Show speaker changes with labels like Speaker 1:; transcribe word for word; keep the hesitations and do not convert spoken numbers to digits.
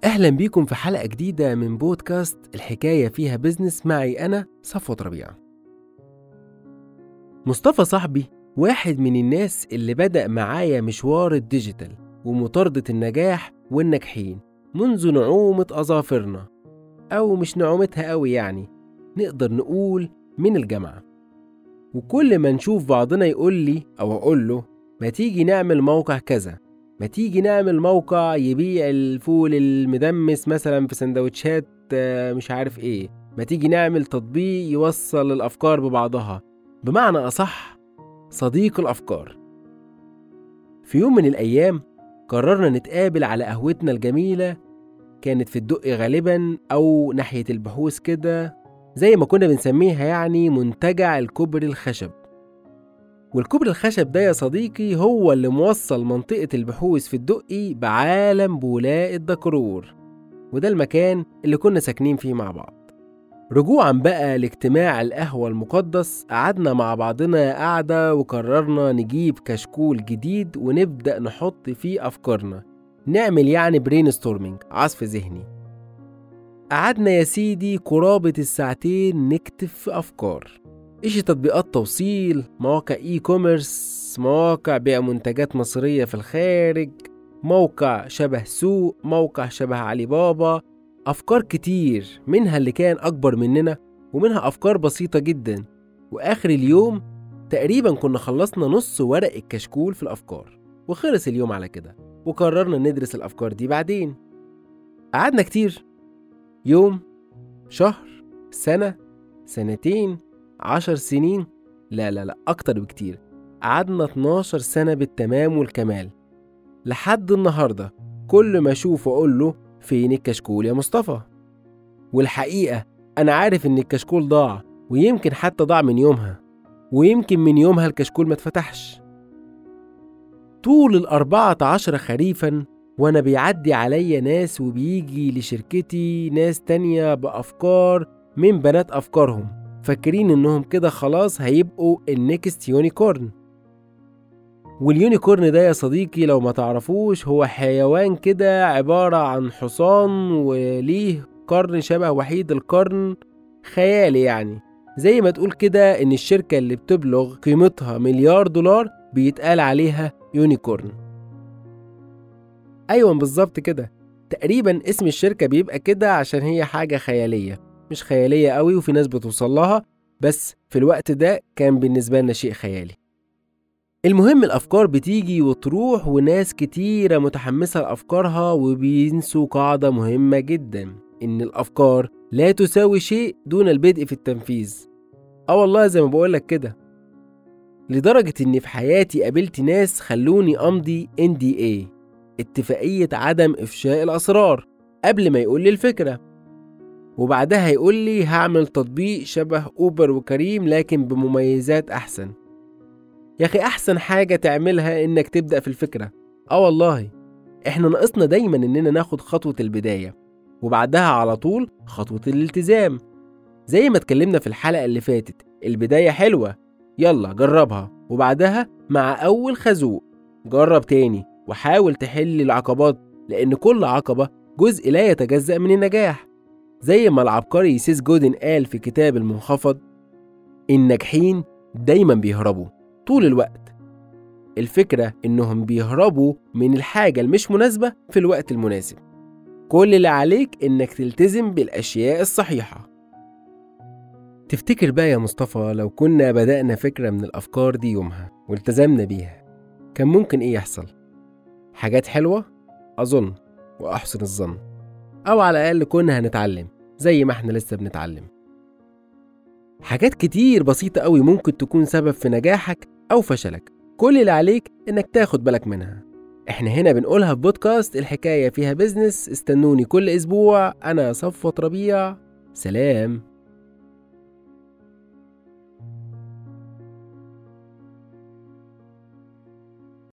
Speaker 1: أهلا بيكم في حلقة جديدة من بودكاست الحكاية فيها بيزنس معي أنا صفوت ربيع. مصطفى صاحبي واحد من الناس اللي بدأ معايا مشوار الديجيتال ومطاردة النجاح والناجحين منذ نعومة أظافرنا، أو مش نعومتها قوي يعني، نقدر نقول من الجامعة. وكل ما نشوف بعضنا يقول لي أو أقول له ما تيجي نعمل موقع كذا، ما تيجي نعمل موقع يبيع الفول المدمس مثلا في سندوتشات مش عارف ايه، ما تيجي نعمل تطبيق يوصل الأفكار ببعضها، بمعنى أصح صديق الأفكار. في يوم من الأيام قررنا نتقابل على قهوتنا الجميلة، كانت في الدقي غالبا أو ناحية البحوث كده، زي ما كنا بنسميها يعني منتجع الكوبري الخشب. والكوبري الخشب ده يا صديقي هو اللي موصل منطقة البحوث في الدقي بعالم بولاء الدكرور، وده المكان اللي كنا ساكنين فيه مع بعض. رجوعا بقى لاجتماع القهوة المقدس، قعدنا مع بعضنا قعدة وقررنا نجيب كشكول جديد ونبدأ نحط فيه أفكارنا، نعمل يعني برين ستورمينج، عصف ذهني. قعدنا يا سيدي قرابة الساعتين نكتب في أفكار، إيش تطبيقات توصيل، مواقع إي كوميرس، مواقع بيع منتجات مصرية في الخارج، موقع شبه سوق، موقع شبه علي بابا. أفكار كتير، منها اللي كان أكبر مننا ومنها أفكار بسيطة جدا. وآخر اليوم تقريبا كنا خلصنا نص ورق الكشكول في الأفكار، وخلص اليوم على كده. وقررنا ندرس الأفكار دي بعدين. قعدنا كتير، يوم، شهر، سنة، سنتين، عشر سنين، لا لا لا أكتر بكتير. قعدنا اتناشر سنة بالتمام والكمال، لحد النهاردة كل ما أشوفه أقول له فين الكشكول يا مصطفى؟ والحقيقة أنا عارف إن الكشكول ضاع، ويمكن حتى ضاع من يومها، ويمكن من يومها الكشكول ما اتفتحش. طول الأربعة عشر خريفا وأنا بيعدي عليا ناس وبيجي لشركتي ناس تانية بأفكار من بنات أفكارهم، فاكرين إنهم كده خلاص هيبقوا النكست يونيكورن. واليونيكورن ده يا صديقي لو ما تعرفوش هو حيوان كده عبارة عن حصان وليه قرن شبه وحيد القرن، خيالي يعني. زي ما تقول كده إن الشركة اللي بتبلغ قيمتها مليار دولار بيتقال عليها يونيكورن. أيوة بالظبط كده، تقريبا اسم الشركة بيبقى كده عشان هي حاجة خيالية، مش خيالية قوي وفي ناس بتوصل لها، بس في الوقت ده كان بالنسبة لنا شيء خيالي. المهم الأفكار بتيجي وتروح وناس كتيرة متحمسة لأفكارها، وبينسوا قاعدة مهمة جدا، إن الأفكار لا تساوي شيء دون البدء في التنفيذ. اه والله زي ما بقولك كده، لدرجة إن في حياتي قابلت ناس خلوني أمضي إن دي إيه، اتفاقية عدم إفشاء الأسرار، قبل ما يقول لي الفكرة، وبعدها يقول لي هعمل تطبيق شبه أوبر وكريم لكن بمميزات أحسن. يا أخي أحسن حاجة تعملها إنك تبدأ في الفكرة. آه والله إحنا ناقصنا دايما إننا ناخد خطوة البداية وبعدها على طول خطوة الالتزام. زي ما اتكلمنا في الحلقة اللي فاتت، البداية حلوة، يلا جربها، وبعدها مع أول خازوق جرب تاني وحاول تحل العقبات، لأن كل عقبة جزء لا يتجزأ من النجاح. زي ما العبقري سيس جودن قال في كتاب المنخفض، الناجحين دايما بيهربوا طول الوقت، الفكرة إنهم بيهربوا من الحاجة المش مناسبة في الوقت المناسب. كل اللي عليك إنك تلتزم بالأشياء الصحيحة. تفتكر بقى يا مصطفى لو كنا بدأنا فكرة من الأفكار دي يومها والتزمنا بيها، كان ممكن إيه يحصل؟ حاجات حلوة أظن وأحسن الظن، أو على الأقل كنا هنتعلم زي ما احنا لسه بنتعلم. حاجات كتير بسيطة قوي ممكن تكون سبب في نجاحك أو فشلك، كل اللي عليك إنك تاخد بالك منها. احنا هنا بنقولها في بودكاست الحكاية فيها بيزنس، استنوني كل أسبوع، أنا صفوت ربيع، سلام.